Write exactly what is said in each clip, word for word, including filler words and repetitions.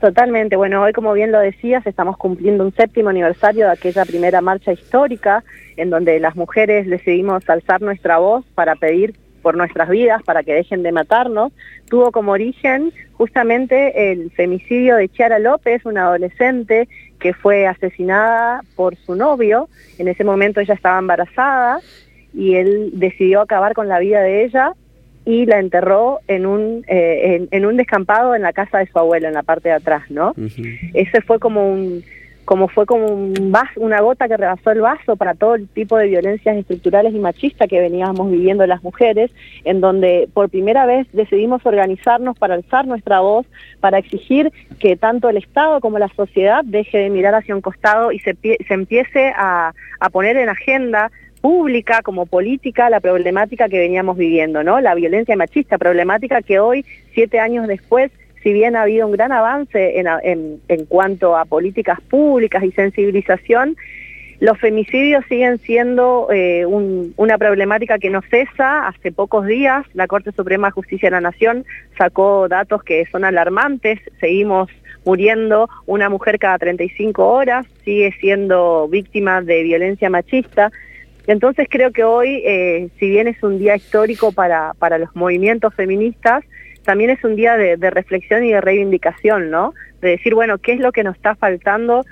Totalmente. Bueno, hoy, como bien lo decías, estamos cumpliendo un séptimo aniversario de aquella primera marcha histórica en donde las mujeres decidimos alzar nuestra voz para pedir por nuestras vidas, para que dejen de matarnos. Tuvo como origen justamente el femicidio de Chiara López, una adolescente que fue asesinada por su novio. En ese momento ella estaba embarazada y él decidió acabar con la vida de ella y la enterró en un eh, en, en un descampado en la casa de su abuelo, en la parte de atrás, ¿no? Uh-huh. Ese fue como un como fue como un vaso, una gota que rebasó el vaso para todo el tipo de violencias estructurales y machistas que veníamos viviendo las mujeres, en donde por primera vez decidimos organizarnos para alzar nuestra voz, para exigir que tanto el Estado como la sociedad deje de mirar hacia un costado y se, se empiece a, a poner en agenda pública como política la problemática que veníamos viviendo, ¿no? La violencia machista, problemática que hoy, siete años después, si bien ha habido un gran avance en, en, en cuanto a políticas públicas y sensibilización, los femicidios siguen siendo eh, un, una problemática que no cesa. Hace pocos días la Corte Suprema de Justicia de la Nación sacó datos que son alarmantes. Seguimos muriendo una mujer cada treinta y cinco horas, sigue siendo víctima de violencia machista. Entonces creo que hoy, eh, si bien es un día histórico para, para los movimientos feministas, también es un día de, de reflexión y de reivindicación, ¿no? De decir, bueno, ¿qué es lo que nos está faltando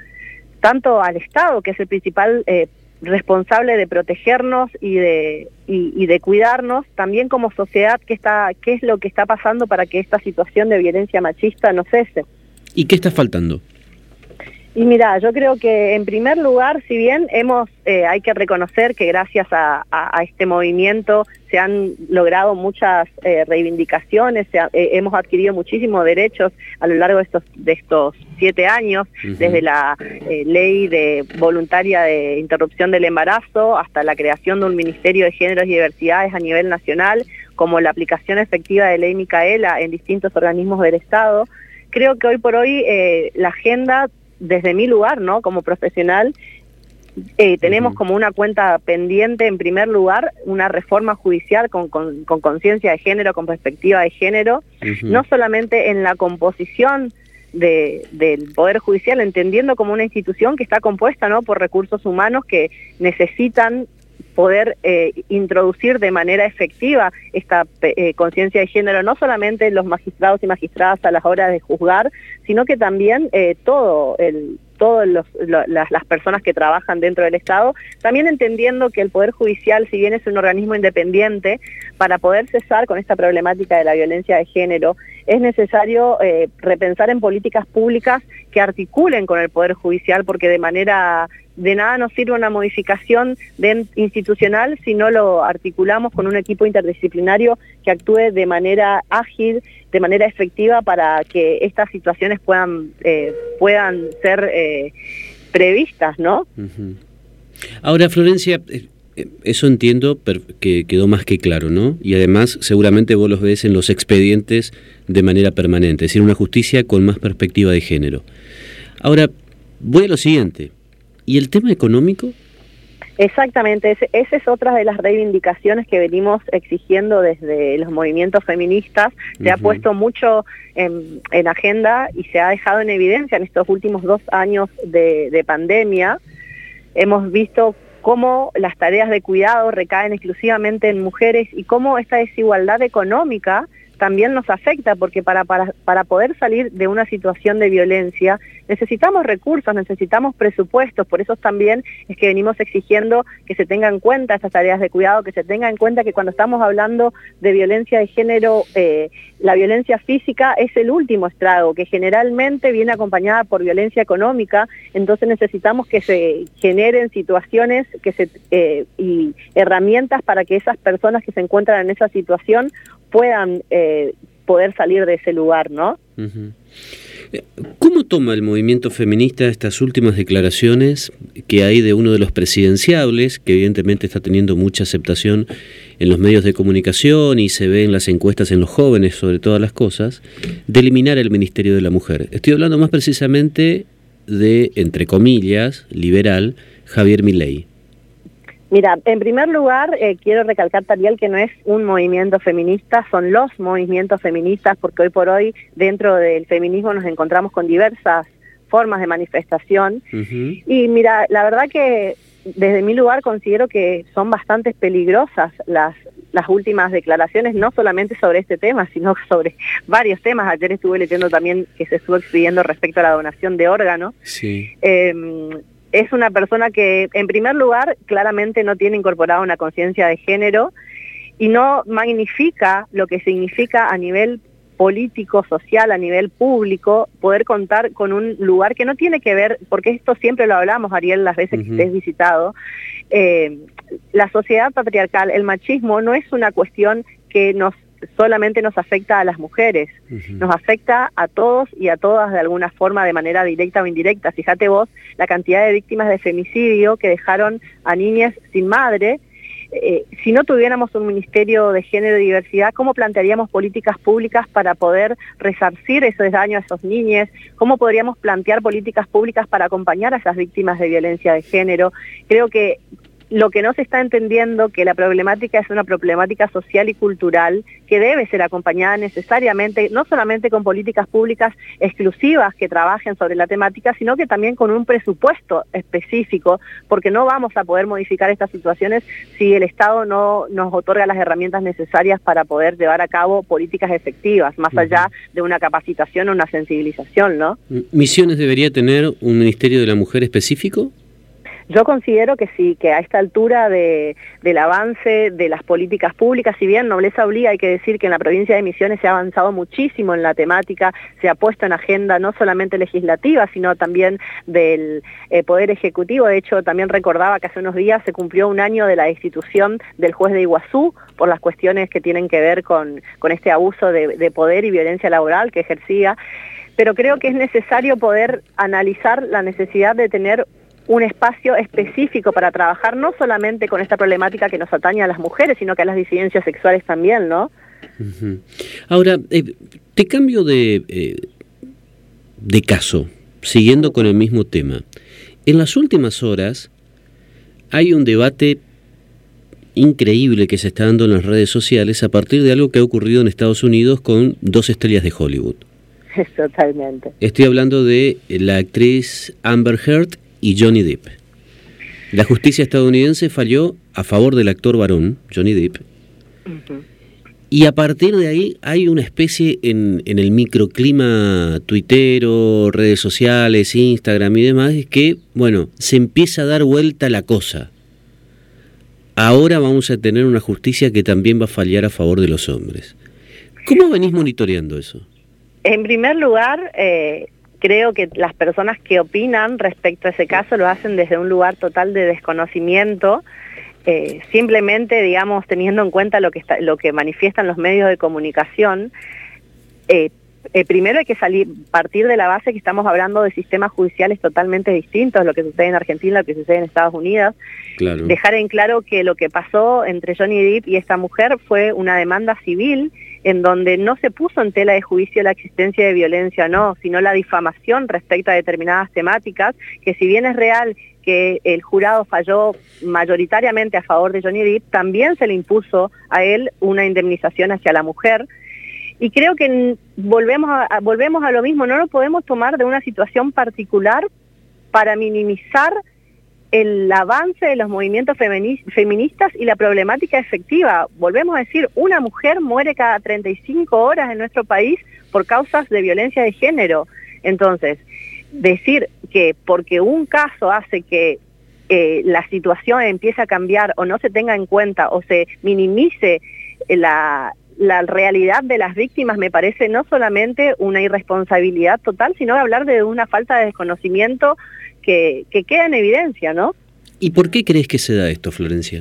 tanto al Estado, que es el principal eh, responsable de protegernos y de, y, y de cuidarnos, también como sociedad, ¿qué, está, qué es lo que está pasando para que esta situación de violencia machista no cese? ¿Y qué está faltando? Y mira, yo creo que en primer lugar, si bien hemos, eh, hay que reconocer que gracias a, a, a este movimiento se han logrado muchas eh, reivindicaciones, se ha, eh, hemos adquirido muchísimos derechos a lo largo de estos, de estos siete años, uh-huh. desde la eh, ley de voluntaria de interrupción del embarazo hasta la creación de un Ministerio de Géneros y Diversidades a nivel nacional, como la aplicación efectiva de ley Micaela en distintos organismos del Estado. Creo que hoy por hoy eh, la agenda, desde mi lugar, ¿no? Como profesional, eh, tenemos uh-huh. como una cuenta pendiente, en primer lugar, una reforma judicial con con, con conciencia de género, con perspectiva de género, uh-huh. no solamente en la composición de, del Poder Judicial, entendiendo como una institución que está compuesta, ¿no? por recursos humanos que necesitan poder eh, introducir de manera efectiva esta eh, conciencia de género, no solamente los magistrados y magistradas a las horas de juzgar, sino que también eh, todo el todas los, lo, las, las personas que trabajan dentro del Estado, también entendiendo que el Poder Judicial, si bien es un organismo independiente, para poder cesar con esta problemática de la violencia de género, es necesario eh, repensar en políticas públicas que articulen con el Poder Judicial, porque de manera de nada nos sirve una modificación de, institucional si no lo articulamos con un equipo interdisciplinario que actúe de manera ágil, de manera efectiva, para que estas situaciones puedan eh, puedan ser eh, previstas, ¿no? Uh-huh. Ahora, Florencia, eso entiendo que quedó más que claro, ¿no? Y además seguramente vos los ves en los expedientes de manera permanente, es decir, una justicia con más perspectiva de género. Ahora, voy a lo siguiente. ¿Y el tema económico? Exactamente, ese, esa es otra de las reivindicaciones que venimos exigiendo desde los movimientos feministas. Se uh-huh. ha puesto mucho en, en agenda y se ha dejado en evidencia en estos últimos dos años de, de pandemia. Hemos visto cómo las tareas de cuidado recaen exclusivamente en mujeres y cómo esta desigualdad económica también nos afecta, porque para, para, para poder salir de una situación de violencia necesitamos recursos, necesitamos presupuestos. Por eso también es que venimos exigiendo que se tenga en cuenta estas tareas de cuidado, que se tenga en cuenta que cuando estamos hablando de violencia de género, eh, la violencia física es el último estrago, que generalmente viene acompañada por violencia económica. Entonces necesitamos que se generen situaciones que se, eh, y herramientas para que esas personas que se encuentran en esa situación puedan eh, poder salir de ese lugar, ¿no? Uh-huh. ¿Cómo toma el movimiento feminista estas últimas declaraciones que hay de uno de los presidenciables, que evidentemente está teniendo mucha aceptación en los medios de comunicación y se ve en las encuestas en los jóvenes, sobre todas las cosas, de eliminar el Ministerio de la Mujer? Estoy hablando más precisamente de, entre comillas, liberal, Javier Milei. Mira, en primer lugar, eh, quiero recalcar, Tariel, que no es un movimiento feminista, son los movimientos feministas, porque hoy por hoy dentro del feminismo nos encontramos con diversas formas de manifestación. Uh-huh. Y mira, la verdad que desde mi lugar considero que son bastante peligrosas las, las últimas declaraciones, no solamente sobre este tema, sino sobre varios temas. Ayer estuve leyendo también que se estuvo expidiendo respecto a la donación de órganos. Sí. Eh, Es una persona que, en primer lugar, claramente no tiene incorporada una conciencia de género y no magnifica lo que significa a nivel político, social, a nivel público, poder contar con un lugar que no tiene que ver, porque esto siempre lo hablamos, Ariel, las veces uh-huh. que estés visitado, eh, la sociedad patriarcal, el machismo, no es una cuestión que nos solamente nos afecta a las mujeres, uh-huh. nos afecta a todos y a todas de alguna forma, de manera directa o indirecta. Fíjate vos la cantidad de víctimas de femicidio que dejaron a niñas sin madre. Eh, si no tuviéramos un Ministerio de Género y Diversidad, ¿cómo plantearíamos políticas públicas para poder resarcir esos daños a esos niños? ¿Cómo podríamos plantear políticas públicas para acompañar a esas víctimas de violencia de género? Creo que lo que no se está entendiendo, que la problemática es una problemática social y cultural que debe ser acompañada necesariamente, no solamente con políticas públicas exclusivas que trabajen sobre la temática, sino que también con un presupuesto específico, porque no vamos a poder modificar estas situaciones si el Estado no nos otorga las herramientas necesarias para poder llevar a cabo políticas efectivas, más uh-huh. allá de una capacitación o una sensibilización, ¿no? ¿Misiones debería tener un Ministerio de la Mujer específico? Yo considero que sí, que a esta altura de, del avance de las políticas públicas, si bien nobleza obliga, hay que decir que en la provincia de Misiones se ha avanzado muchísimo en la temática, se ha puesto en agenda no solamente legislativa, sino también del eh, Poder Ejecutivo. De hecho, también recordaba que hace unos días se cumplió un año de la destitución del juez de Iguazú por las cuestiones que tienen que ver con, con este abuso de, de poder y violencia laboral que ejercía. Pero creo que es necesario poder analizar la necesidad de tener un espacio específico para trabajar no solamente con esta problemática que nos atañe a las mujeres, sino que a las disidencias sexuales también, ¿no? Uh-huh. Ahora, eh, te cambio de, eh, de caso, siguiendo con el mismo tema. En las últimas horas hay un debate increíble que se está dando en las redes sociales a partir de algo que ha ocurrido en Estados Unidos con dos estrellas de Hollywood. Totalmente. Estoy hablando de la actriz Amber Heard y Johnny Depp. La justicia estadounidense falló a favor del actor varón, Johnny Depp, uh-huh. y a partir de ahí hay una especie en, en el microclima tuitero, redes sociales, Instagram y demás, que, bueno, se empieza a dar vuelta la cosa. Ahora vamos a tener una justicia que también va a fallar a favor de los hombres. ¿Cómo venís monitoreando eso? En primer lugar, eh... creo que las personas que opinan respecto a ese caso lo hacen desde un lugar total de desconocimiento, eh, simplemente, digamos, teniendo en cuenta lo que está, lo que manifiestan los medios de comunicación. Eh, eh, primero hay que salir, partir de la base que estamos hablando de sistemas judiciales totalmente distintos, lo que sucede en Argentina, lo que sucede en Estados Unidos. Claro. Dejar en claro que lo que pasó entre Johnny Depp y esta mujer fue una demanda civil, en donde no se puso en tela de juicio la existencia de violencia, no, sino la difamación respecto a determinadas temáticas, que si bien es real que el jurado falló mayoritariamente a favor de Johnny Depp, también se le impuso a él una indemnización hacia la mujer. Y creo que volvemos a, volvemos a lo mismo, no lo podemos tomar de una situación particular para minimizar el avance de los movimientos feministas y la problemática efectiva. Volvemos a decir, una mujer muere cada treinta y cinco horas en nuestro país por causas de violencia de género. Entonces, decir que porque un caso hace que eh, la situación empiece a cambiar o no se tenga en cuenta o se minimice la, la realidad de las víctimas, me parece no solamente una irresponsabilidad total, sino hablar de una falta de desconocimiento Que, que queda en evidencia, ¿no? ¿Y por qué crees que se da esto, Florencia?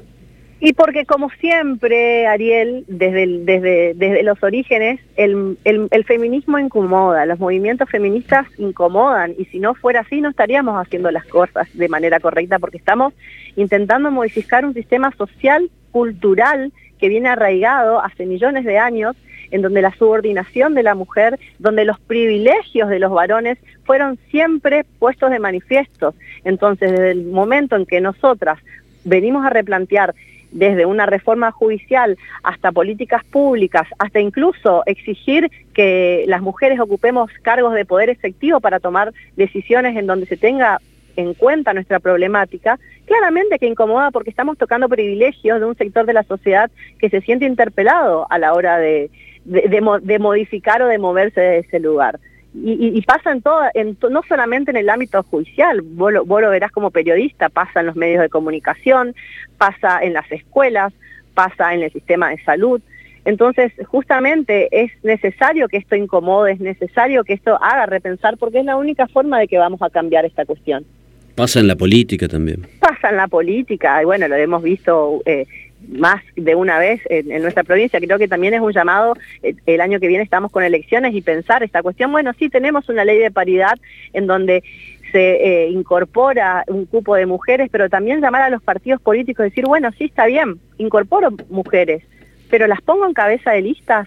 Y porque, como siempre, Ariel, desde, el, desde, desde los orígenes, el, el, el feminismo incomoda, los movimientos feministas incomodan, y si no fuera así no estaríamos haciendo las cosas de manera correcta, porque estamos intentando modificar un sistema social, cultural, que viene arraigado hace millones de años, en donde la subordinación de la mujer, donde los privilegios de los varones fueron siempre puestos de manifiesto. Entonces, desde el momento en que nosotras venimos a replantear desde una reforma judicial hasta políticas públicas, hasta incluso exigir que las mujeres ocupemos cargos de poder efectivo para tomar decisiones en donde se tenga en cuenta nuestra problemática, claramente que incomoda porque estamos tocando privilegios de un sector de la sociedad que se siente interpelado a la hora de, de, de, de modificar o de moverse de ese lugar. Y, y, y pasa en todo, en, no solamente en el ámbito judicial, vos lo, vos lo verás como periodista, pasa en los medios de comunicación, pasa en las escuelas, pasa en el sistema de salud. Entonces, justamente es necesario que esto incomode, es necesario que esto haga repensar, porque es la única forma de que vamos a cambiar esta cuestión. Pasa en la política también. Pasa en la política, y bueno, lo hemos visto eh, más de una vez en, en nuestra provincia. Creo que también es un llamado, eh, el año que viene estamos con elecciones y pensar esta cuestión. Bueno, sí, tenemos una ley de paridad en donde se eh, incorpora un cupo de mujeres, pero también llamar a los partidos políticos y decir, bueno, sí, está bien, incorporo mujeres, pero las pongo en cabeza de listas.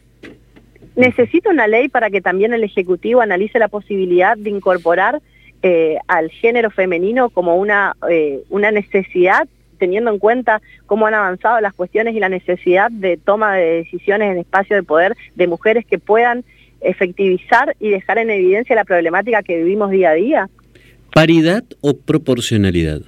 Necesito una ley para que también el Ejecutivo analice la posibilidad de incorporar eh, al género femenino como una, eh, una necesidad, teniendo en cuenta cómo han avanzado las cuestiones y la necesidad de toma de decisiones en espacio de poder de mujeres que puedan efectivizar y dejar en evidencia la problemática que vivimos día a día. ¿Paridad o proporcionalidad?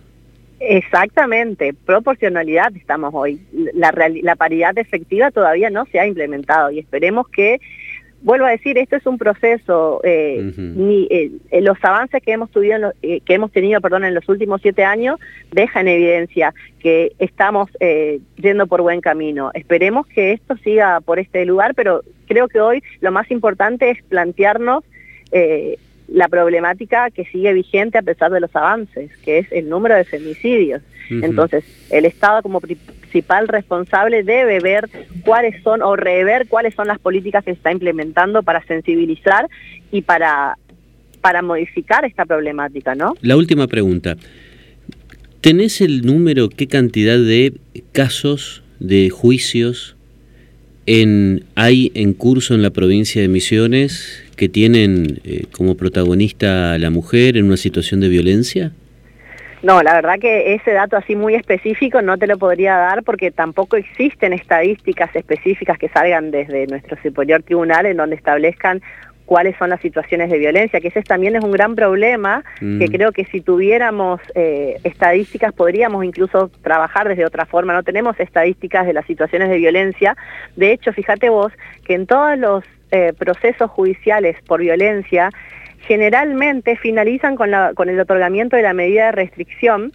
Exactamente, proporcionalidad estamos hoy. La, la paridad efectiva todavía no se ha implementado y esperemos que, vuelvo a decir, esto es un proceso, eh, uh-huh. ni, eh, los avances que hemos, tuvido en lo, eh, que hemos tenido perdón, en los últimos siete años dejan en evidencia que estamos eh, yendo por buen camino. Esperemos que esto siga por este lugar, pero creo que hoy lo más importante es plantearnos eh, la problemática que sigue vigente a pesar de los avances, que es el número de femicidios. Uh-huh. Entonces, el Estado como principal responsable debe ver cuáles son, o rever cuáles son las políticas que se está implementando para sensibilizar y para, para modificar esta problemática, ¿no? La última pregunta. ¿Tenés el número, qué cantidad de casos, de juicios en, hay en curso en la provincia de Misiones que tienen eh, como protagonista a la mujer en una situación de violencia? No, la verdad que ese dato así muy específico no te lo podría dar porque tampoco existen estadísticas específicas que salgan desde nuestro superior tribunal en donde establezcan cuáles son las situaciones de violencia, que ese también es un gran problema, mm. que creo que si tuviéramos eh, estadísticas podríamos incluso trabajar desde otra forma. No tenemos estadísticas de las situaciones de violencia. De hecho, fíjate vos que en todos los eh, procesos judiciales por violencia generalmente finalizan con, la, con el otorgamiento de la medida de restricción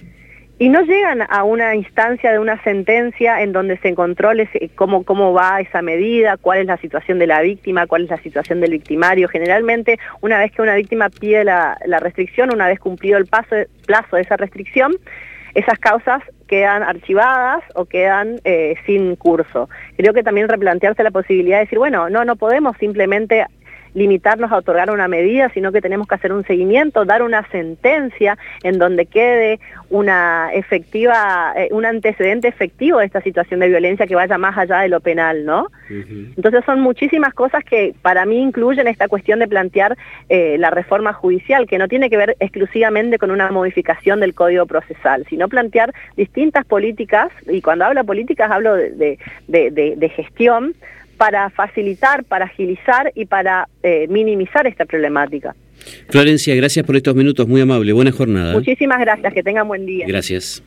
y no llegan a una instancia de una sentencia en donde se controle cómo, cómo va esa medida, cuál es la situación de la víctima, cuál es la situación del victimario. Generalmente, una vez que una víctima pide la, la restricción, una vez cumplido el paso, plazo de esa restricción, esas causas quedan archivadas o quedan eh, sin curso. Creo que también replantearse la posibilidad de decir, bueno, no, no podemos simplemente limitarnos a otorgar una medida, sino que tenemos que hacer un seguimiento, dar una sentencia en donde quede una efectiva, eh, un antecedente efectivo de esta situación de violencia que vaya más allá de lo penal, ¿no? Uh-huh. Entonces son muchísimas cosas que para mí incluyen esta cuestión de plantear eh, la reforma judicial, que no tiene que ver exclusivamente con una modificación del Código Procesal, sino plantear distintas políticas, y cuando hablo de políticas hablo de, de, de, de, de gestión, para facilitar, para agilizar y para eh, minimizar esta problemática. Florencia, gracias por estos minutos, muy amable, buena jornada. Muchísimas gracias, que tengan buen día. Gracias.